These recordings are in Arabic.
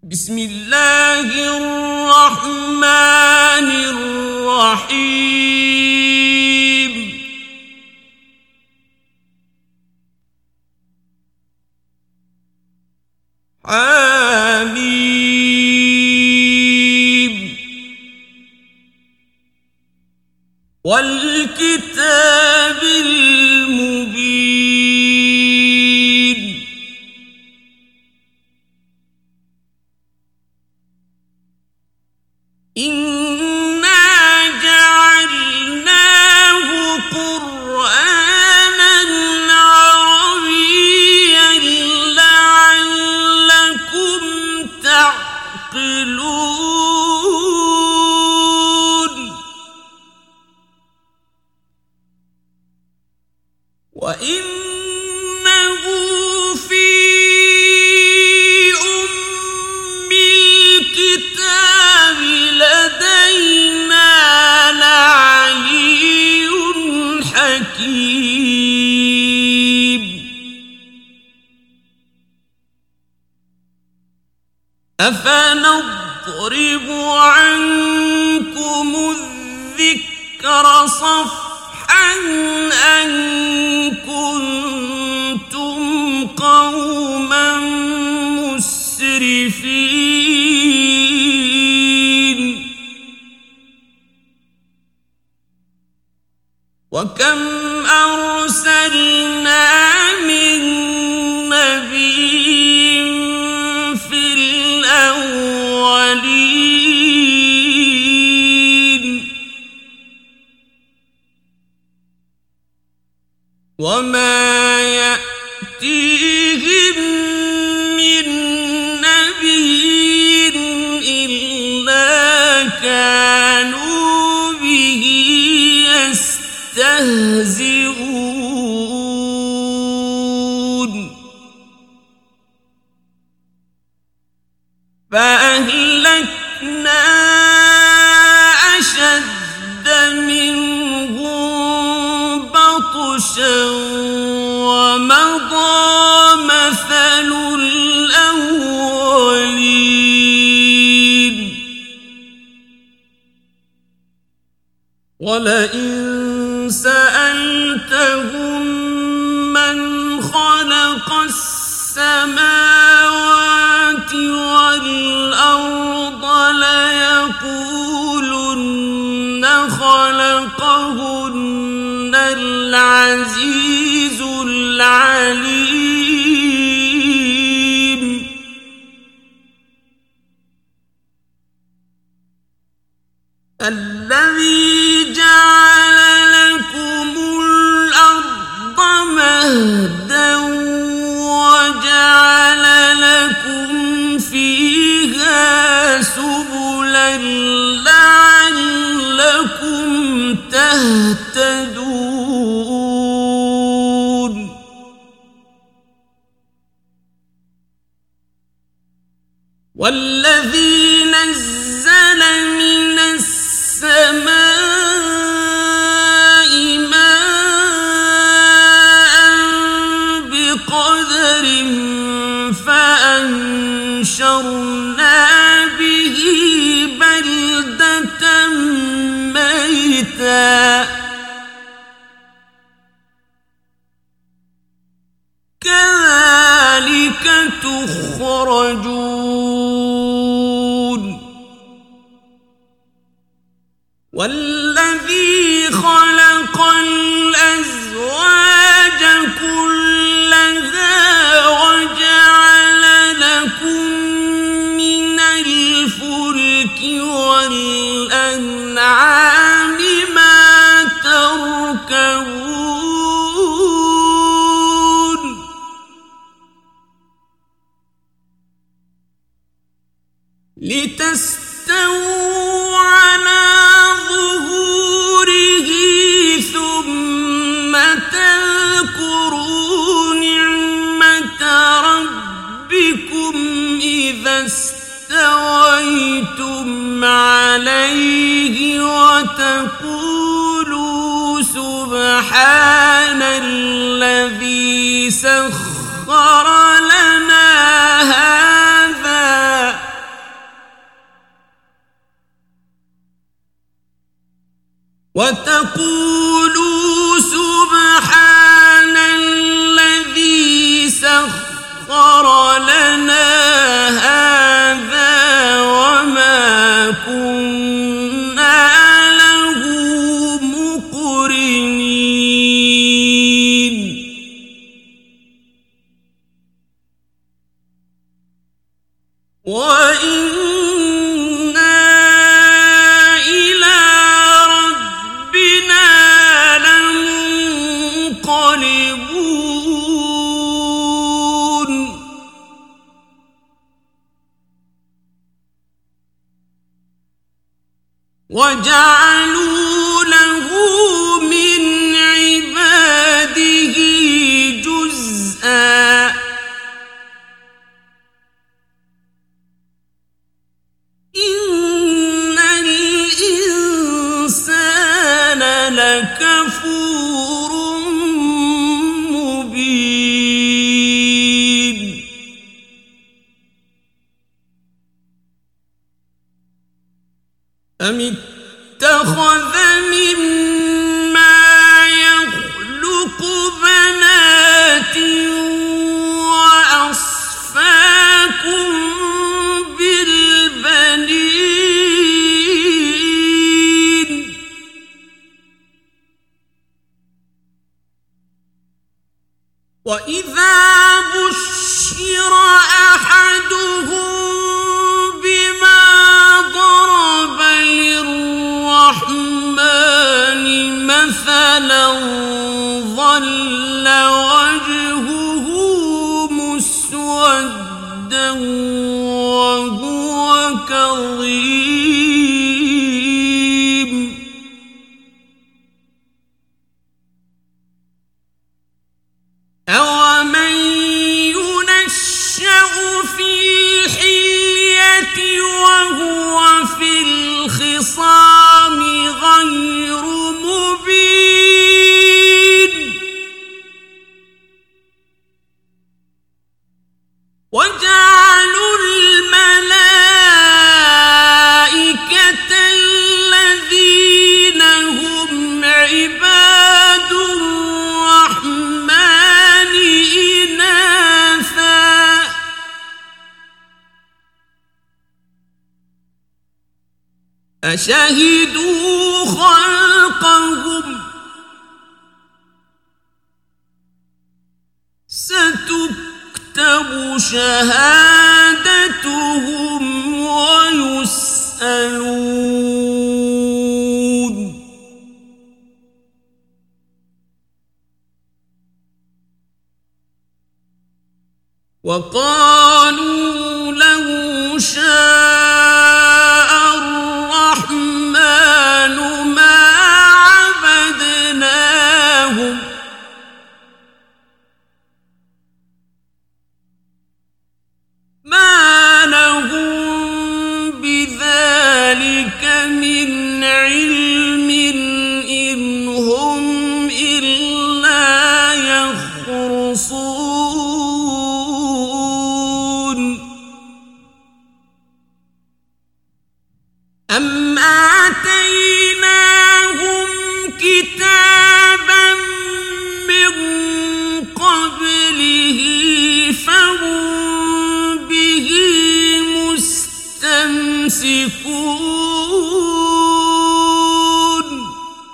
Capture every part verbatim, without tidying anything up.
بسم الله الرحمن الرحيم حميم والكتاب المبين إنا جعلناه قرآنا عربيا لعلكم تعقلون وإنه في أم الكتاب لدينا لعلي حكيم أفنضرب عنكم الذكر صفحا أن كنتم قوما مسرفين وكم أرسلنا من نبي في الأولين وما يأتيهم من نبي إلا كانوا به يستهزئون فأهلكنا أشد منهم بطشا ومضى مثل الأولين ولئن سألتهم من خلق السماوات والأرض ليقولن خلقهن العزيز العليم الذي جعل لكم الأرض مهدا وجعل لكم فيها سبلا لعلكم تهتدون والذي نزل من السماء ماء بقدر فأنشرنا به بلدة ميتا كذلك تخرجون والذي خلق الأزواج كلها وجعل لكم من الفلك والأنعام ما تركبون لتستووا على ظهوره ثم تذكروا نعمة ربكم إذا استويتم عليه وتقولوا سبحان الذي سخر لنا هذا وتقولوا سبحان الذي سخر لنا هذا وما كنا له مقرنين وإنا إلى ربنا لمنقلبون وجعلوا له من عباده جزءا إن الإنسان لكفور مبين أم اتخذ مما يخلق بنات وأصفاكم بالبنين وإذا بشر أحدهم بما ضرب للرحمن مثلا ظل وجهه مسودا وهو كظيم أومن ينشأ في الحلية وهو في الخصام غير مبين وجعلوا الملائكة الذين هم عباد الرحمن إناثا أشهدوا خلقهم ستكتب شهادتهم ويسألون وقالوا له شاء الرحمن ما عبدناهم ما لهم بذلك من علم إن هم إلا يخرصون أم آتيناهم كتابا من قبله فهم به مستمسكون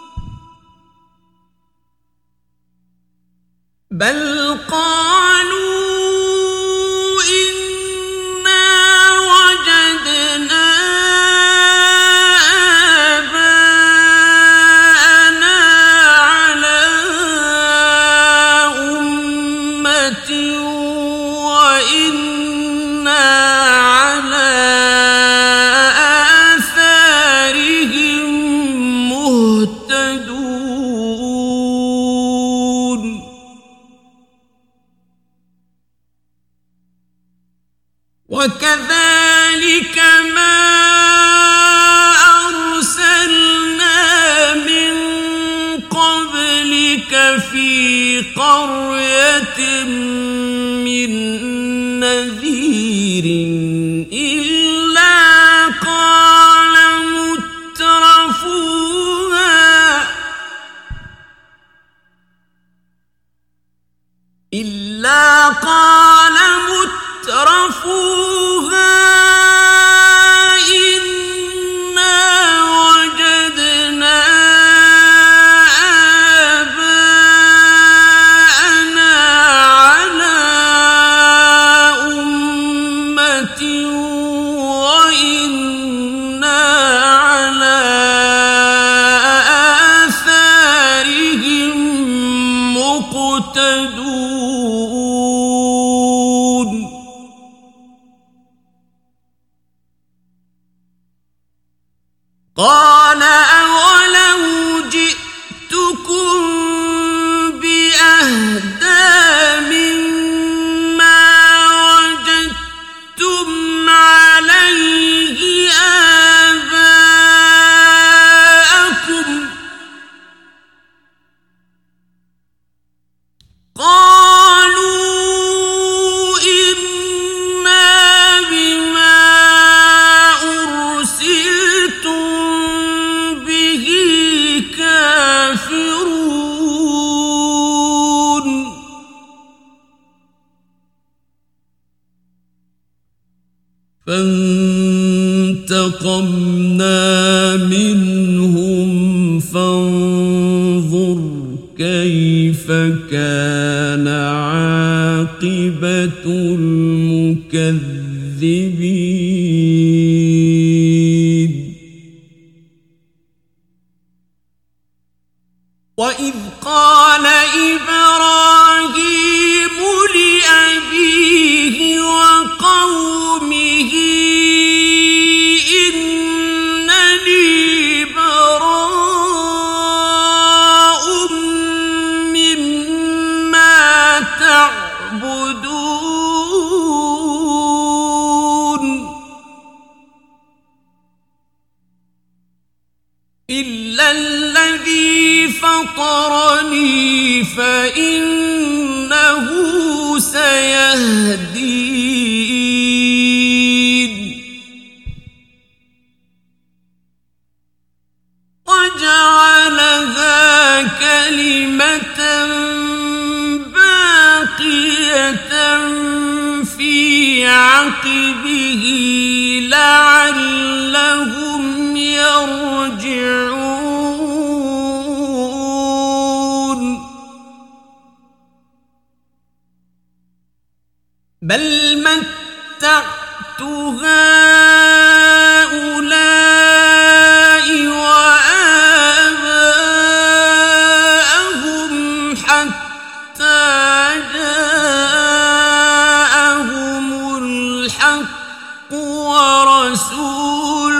بل قالوا إنا وجدنا آباءنا على أمة وإنا على آثارهم مهتدون وكذلك ما أرسلنا من قبلك في قرية من نذير إلا قال مترفوها قال أولو جئتكم بأهدى مما وجدتم عليه آباءكم قالوا إنا بما أرسلتم به كافرون فانتقمنا منهم فانظر كيف كان عاقبة المكذبين وإذ قال إبراهيم لأبيه وقومه إنني براء مما تعبدون إلا الذي فطرني فإنه سيهدين وجعلها كلمة باقية في عقبه لعلهم يرجعون بل متعت هؤلاء وآباءهم حتى جاءهم الحق ورسول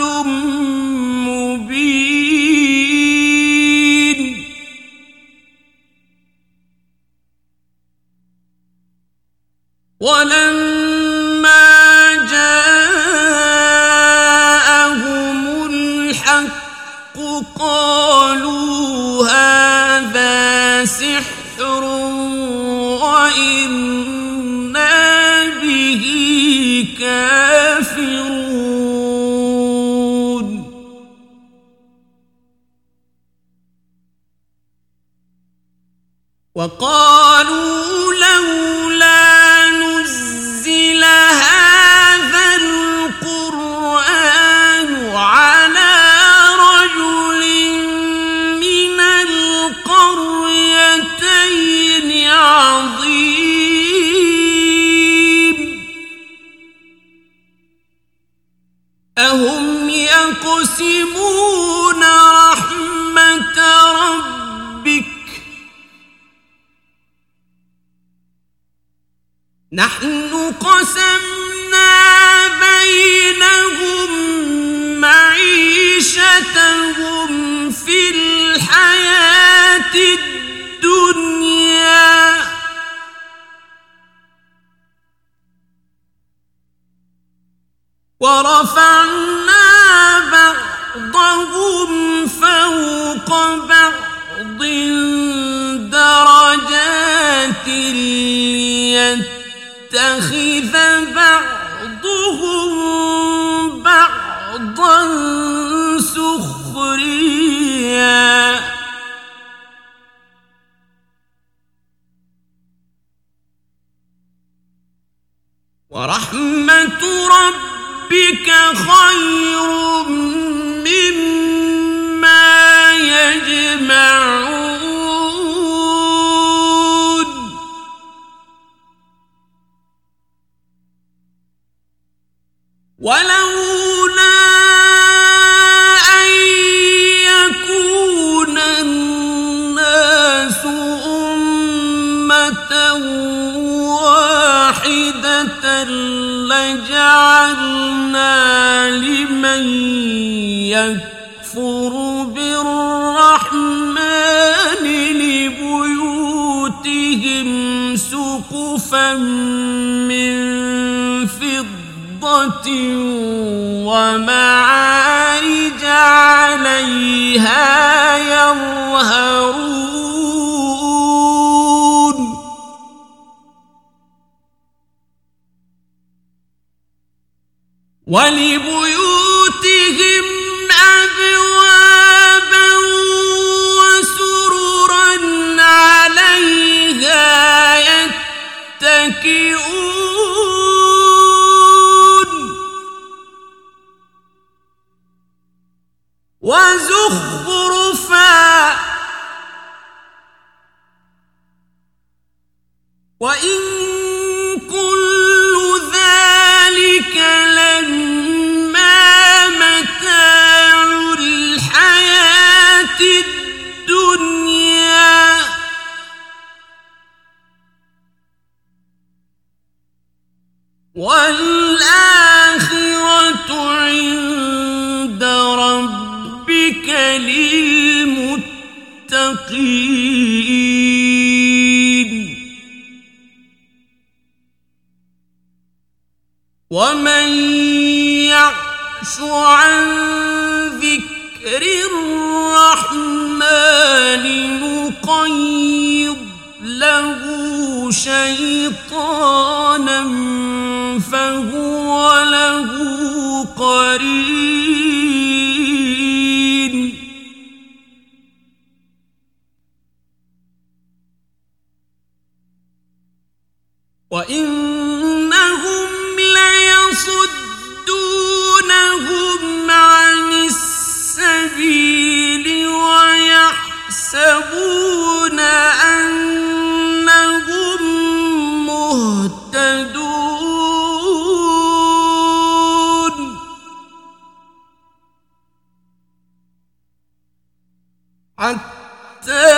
مبين ولما جاءهم الحق قالوا هذا سحر وإنا به كافرون وقالوا لولا نزل هذا القرآن على رجل من القريتين عظيم أهم يقسمون رحمة ربك نحن قسمنا بينهم معيشتهم في الحياة الدنيا ورفعنا بعضهم فوق بعض درجات ليتخذ بعضهم بعضا سخريا ورحمة ربك خير مما يجمعون ولولا أن يكون الناس أمة واحدة لجعلنا لمن يكفر يكفر بالرحمن لبيوتهم سقفا من فضة ومعارج عليها يظهرون ولبيوتهم أبوابا وسررا عليها يتكئون وزخرفا وإن كل ذلك لما متاع الحياة الدنيا والآخرة عند ربك للمتقين ومن يعش عن ذكر الرحمن نقيض له شيطانا فهو له قرين وإنهم ليصدونهم عن السبيل ويحسبون أنهم مهتدون حتى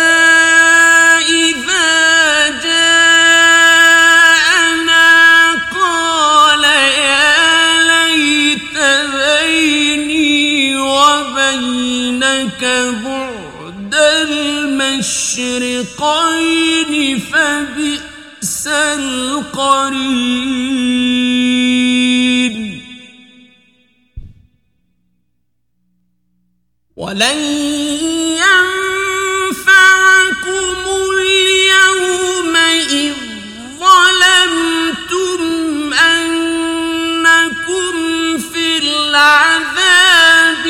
بعد المشرقين فبئس القرين ولن ينفعكم اليوم إذ ظلمتم أنكم في العذاب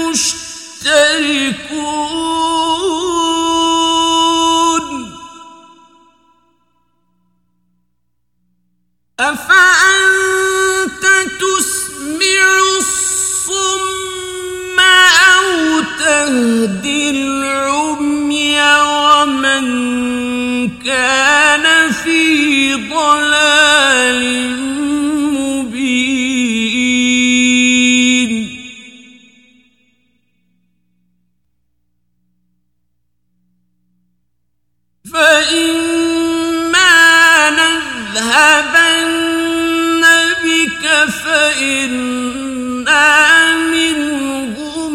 مشتركون أفأنت تسمع الصم أو تهدي العمي ومن كان في ضلال مبين فإما نذهبن بك فإنا منهم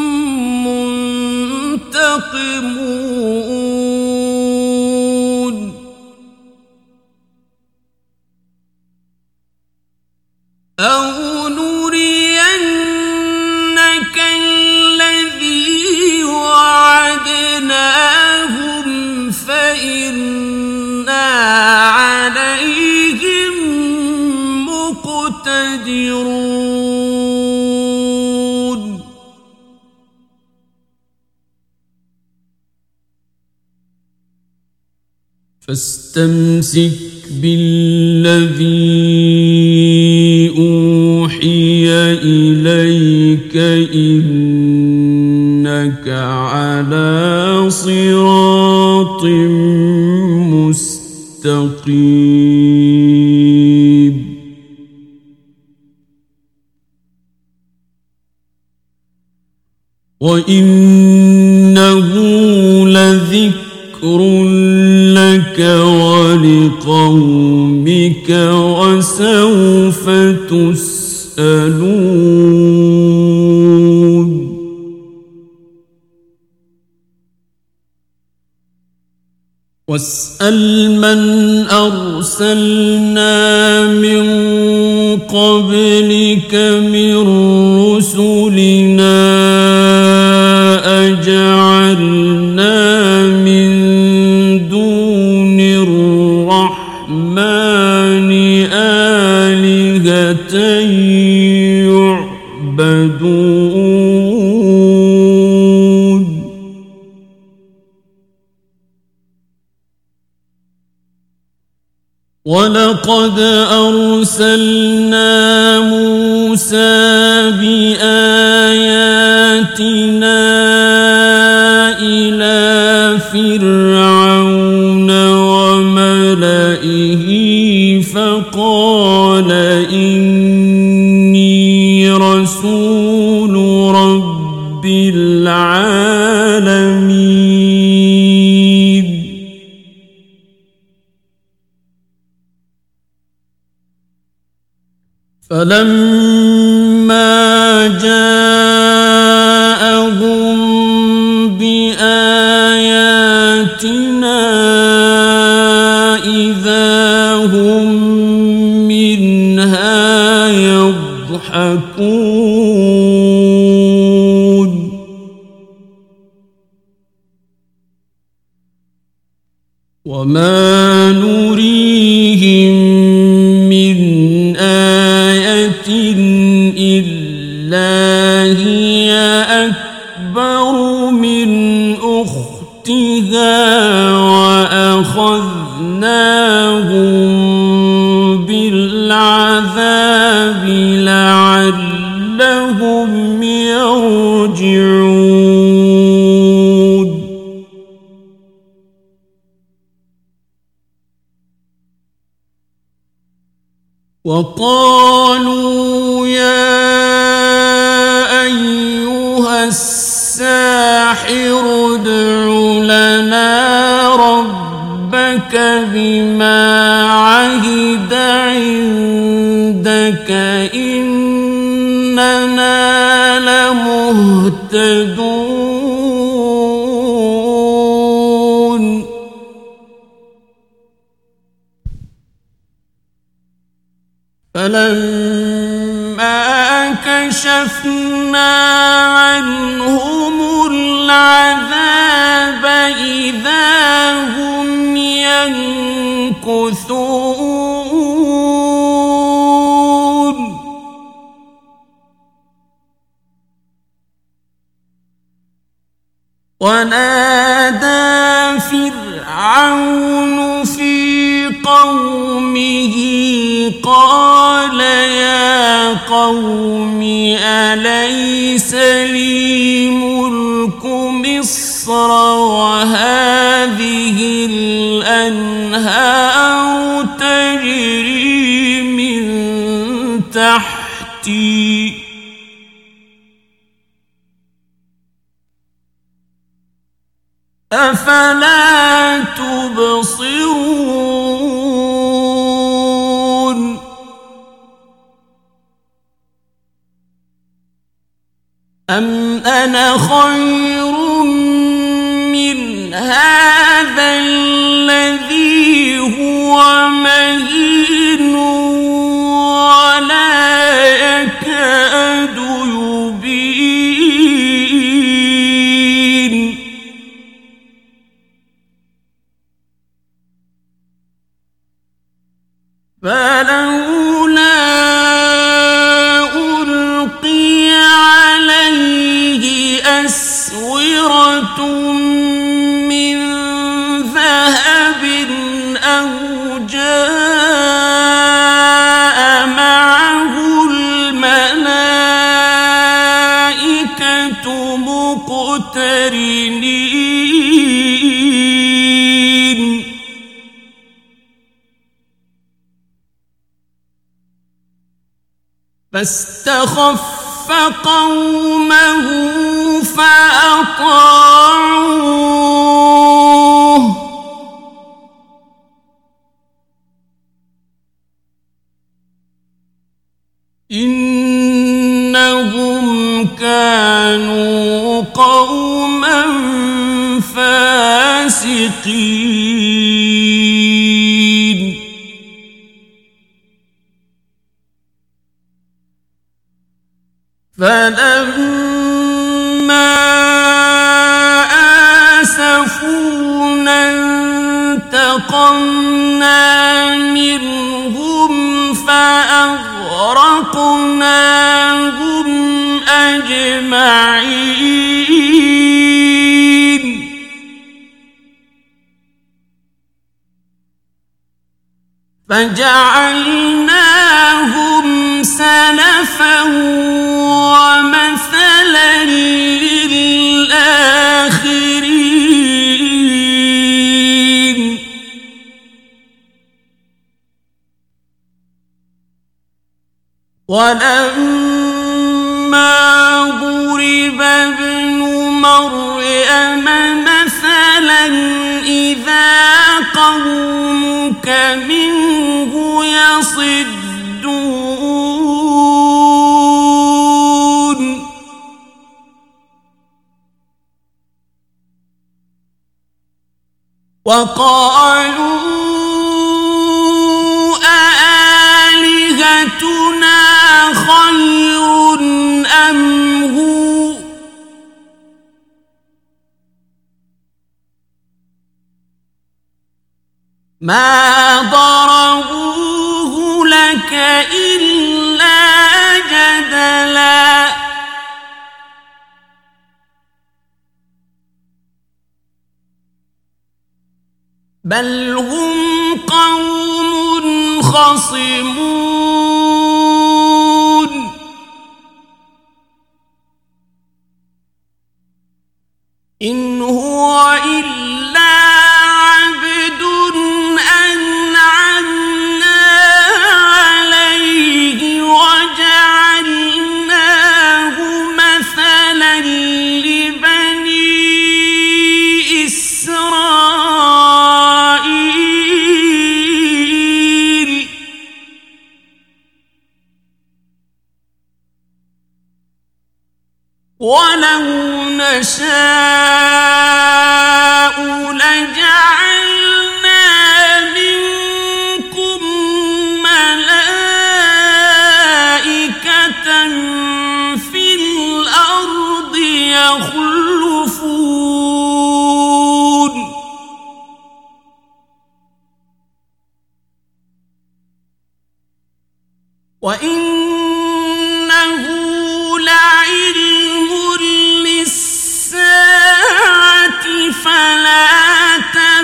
منتقمون أو نرينك الذي وعدناهم فإنا عليهم مقتدرون فاستمسك بالذي أوحي إليك إنك على صراط مستقيم وإنه لذكر لك ولقومك وسوف تسألون واسأل من أرسلنا من قبلك من رسلنا أجعلنا من دون الرحمن آلهة يعبدون ولقد أرسلنا موسى بآياتنا إلى فرعون وملئه فقال إني رسول رب العالمين فلما جاءهم بآياتنا إذا هم منها يضحكون وما نريهم من آية إلا هي أكبر من أختها وأخذناهم بالعذاب لعلهم يرجعون وقالوا يا أيها الساحر ادع لنا ربك بما عهد عندك إننا لمهتدون فلما كشفنا عنهم العذاب إذا هم ينكثون ونادى فرعون في قومه قال يا قوم أليس لي ملك مصر وهذه الأنهار تجري من تحتي أفلا تبصرون أم أنا خير من هذا الذي هو مهين ولا يكاد يبين فلولا ألقي عليه أسورة من ذهب أو جاء معه الملائكة مقترنين فاستخف قومه فأطاعوه إنهم كانوا قوما فاسقين فاسقين فلما آسفونا انتقمنا منهم فأغرقناهم أجمعين فجعلناهم سلفا ومثلا للآخرين ولما ضرب ابن مريم مثلا إذا قومك منه يصدون وقالوا أآلهتنا خير أم هو ما ضربوه لك إلا جدلا بل هم قوم خصمون إن هو إلا عبد أنعمنا عليه وجعلناه مثلا لبني إسرائيل ولو نشاء لجعلنا منكم ملائكة في الأرض يخلفون وإنه لعلم للساعة فلا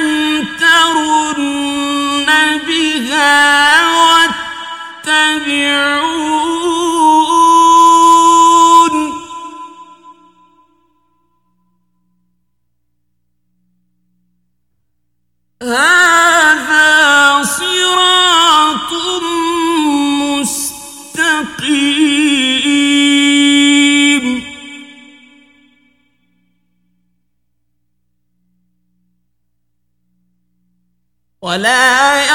تمترن بها واتبعون هذا صراط مستقيم ولا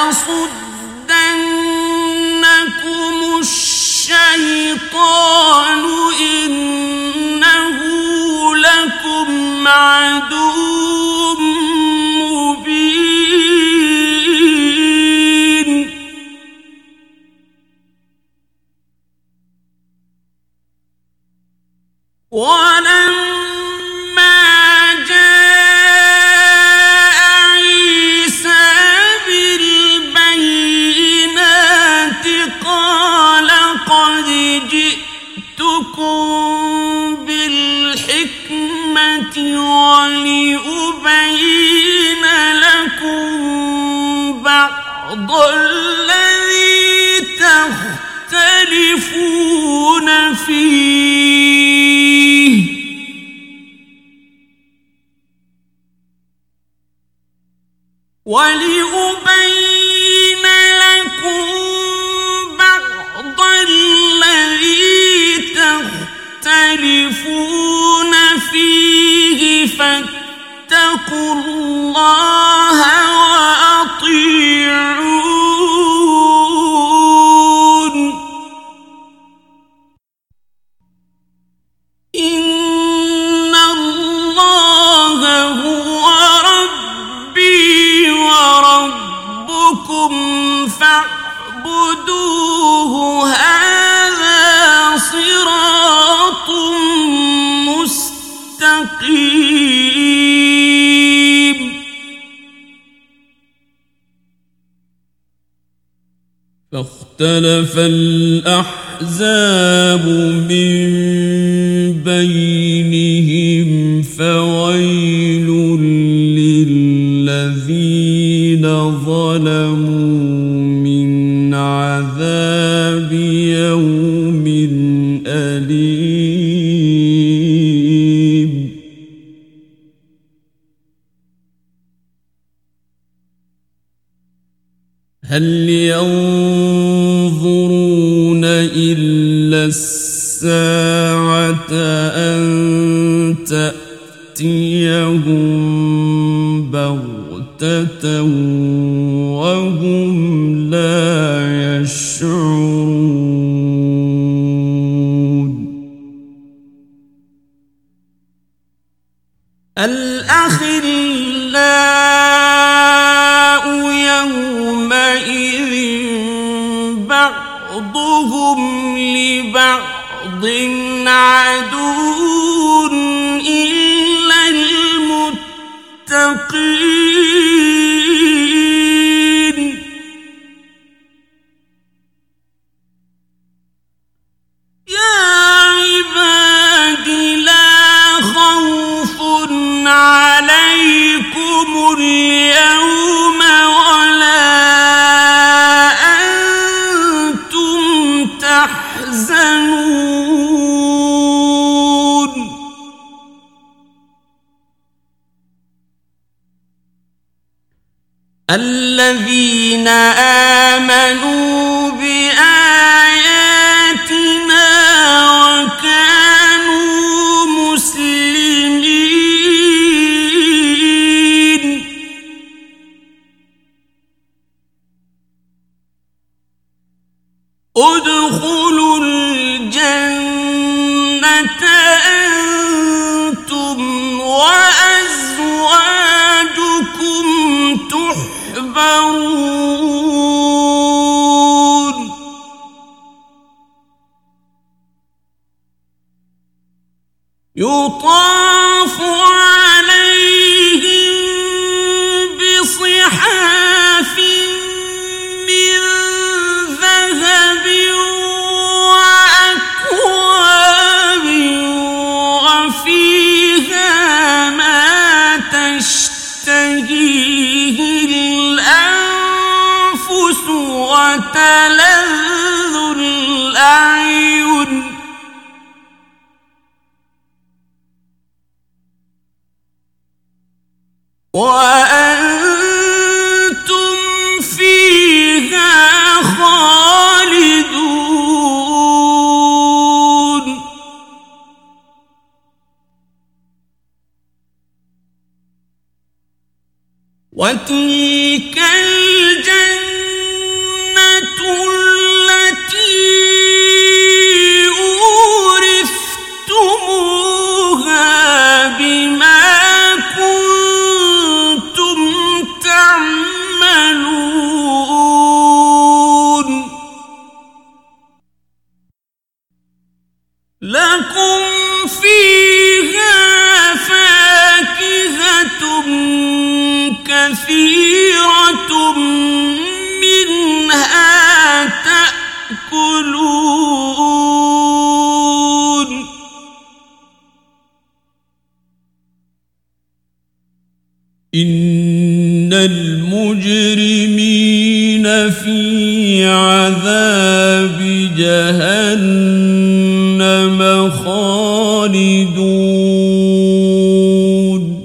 يصدنكم الشيطان إنه لكم عدو مبين ولما جاء عيسى بالبينات قال قد جئتكم بالحكمة ولأبين لكم بعض الذي تختلفون فيه ولأبين لكم بعض الذي تختلفون فيه فاتقوا الله وأطيعون إن الله هو رب فاعبدوه هذا صراط مستقيم فاختلف الأحزاب من بينهم فويل للذين ظلموا من عذاب يوم أليم هل ينظرون إلا الساعة أن تأتيهم بغتة وهم لا يشعرون الأخلاء يومئذ بعضهم لبعض عدو إلا المتقين يا عباد لا خوف عليكم اليوم ولا أنتم تحزنون الذين آمنوا بآياتنا وكانوا مسلمين ادخلوا الجنة أنتم وأزواجكم تحبرون يطاف عليهم بصحاف من ذهب وأكواب وفيها ما تشتهيه الأنفس وتلذ الأعين وأنتم فيها خالدون وتلك الجنة التي أورثتموها بما كنتم تعملون لكم فيها فاكهة كثيرة منها تأكلون إن المجرمين في عذاب جهنم خالدون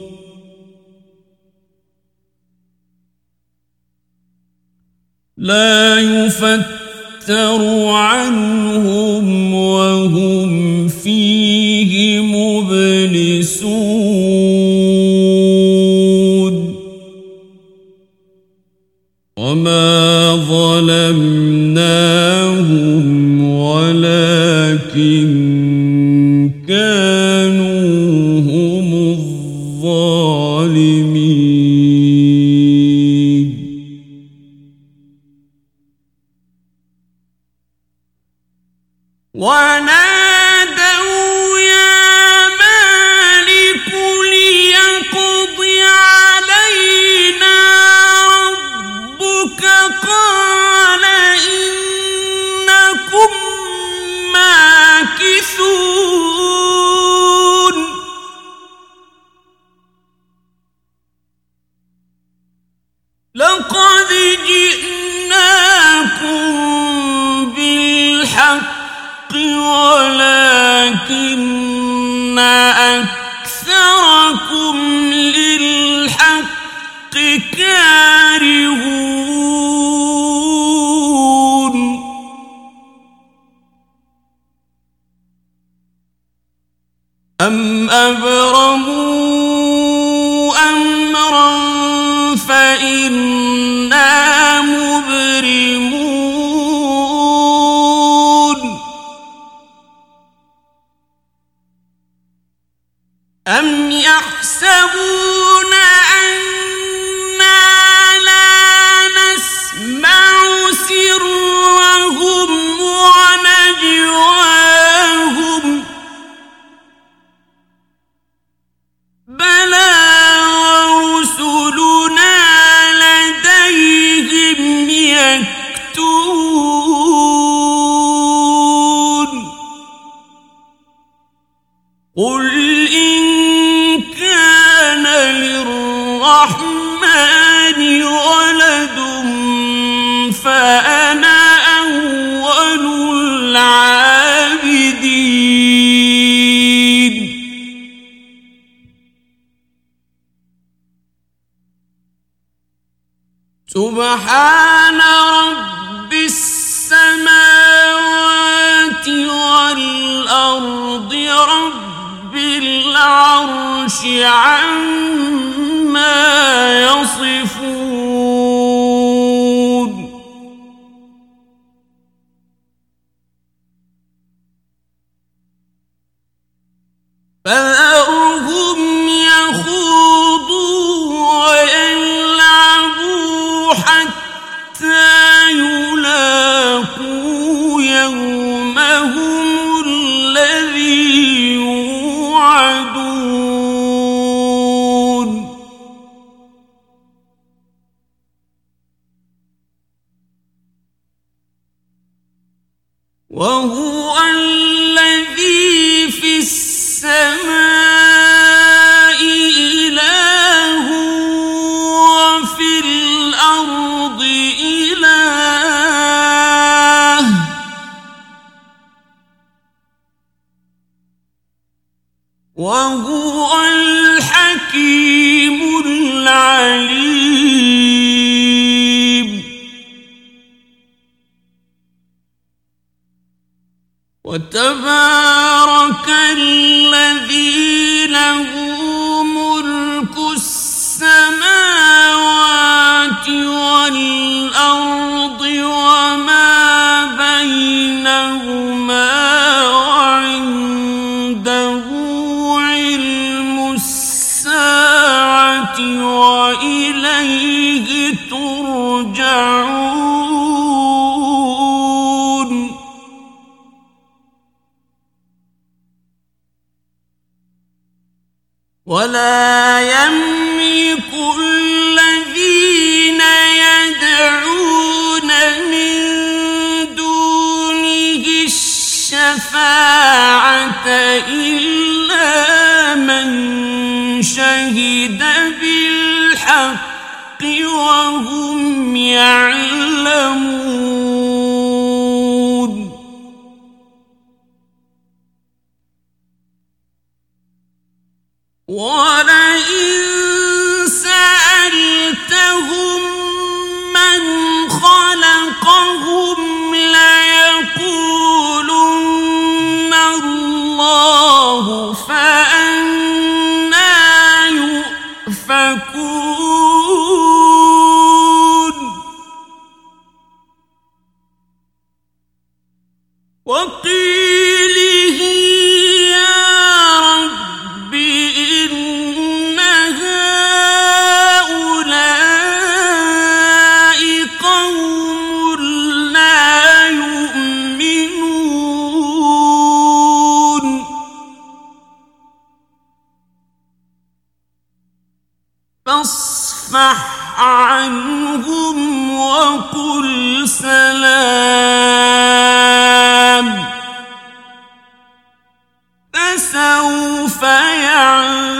لا يفتر عنهم وهم فيه مبلسون وما ظلمناهم ولكن كانوا هم الظالمين ولكن أكثركم للحق كارهون أم أبرموا أمرا فإنا مبرمون أم يحسبون أنا لا نسمع سرهم ونجواهم بلى ورسلنا لديهم يكتبون قل إن كان للرحمن ولد فأنا أول العابدين سبحان رب السماوات والأرض رب العرش عما يصفون فذرهم يخوضوا ويلعبوا حتى يلاقوا يومهم الذي يوعدون وهو الذي في السماء إله وفي الأرض إله وهو الحكيم العليم وتبارك الذي له ملك السماوات والأرض وما بينهما وعنده علم الساعة وإليه ترجعون ولا يملك الذين يدعون من دونه الشفاعة إلا من شهد بالحق وهم يعلمون ولئن سألتهم من خلقهم ليقولن الله فأنى يؤفكون وقيله يا رب إن هؤلاء قوم لا يؤمنون فاصفح عنهم وقل سلام فسوف يعلمون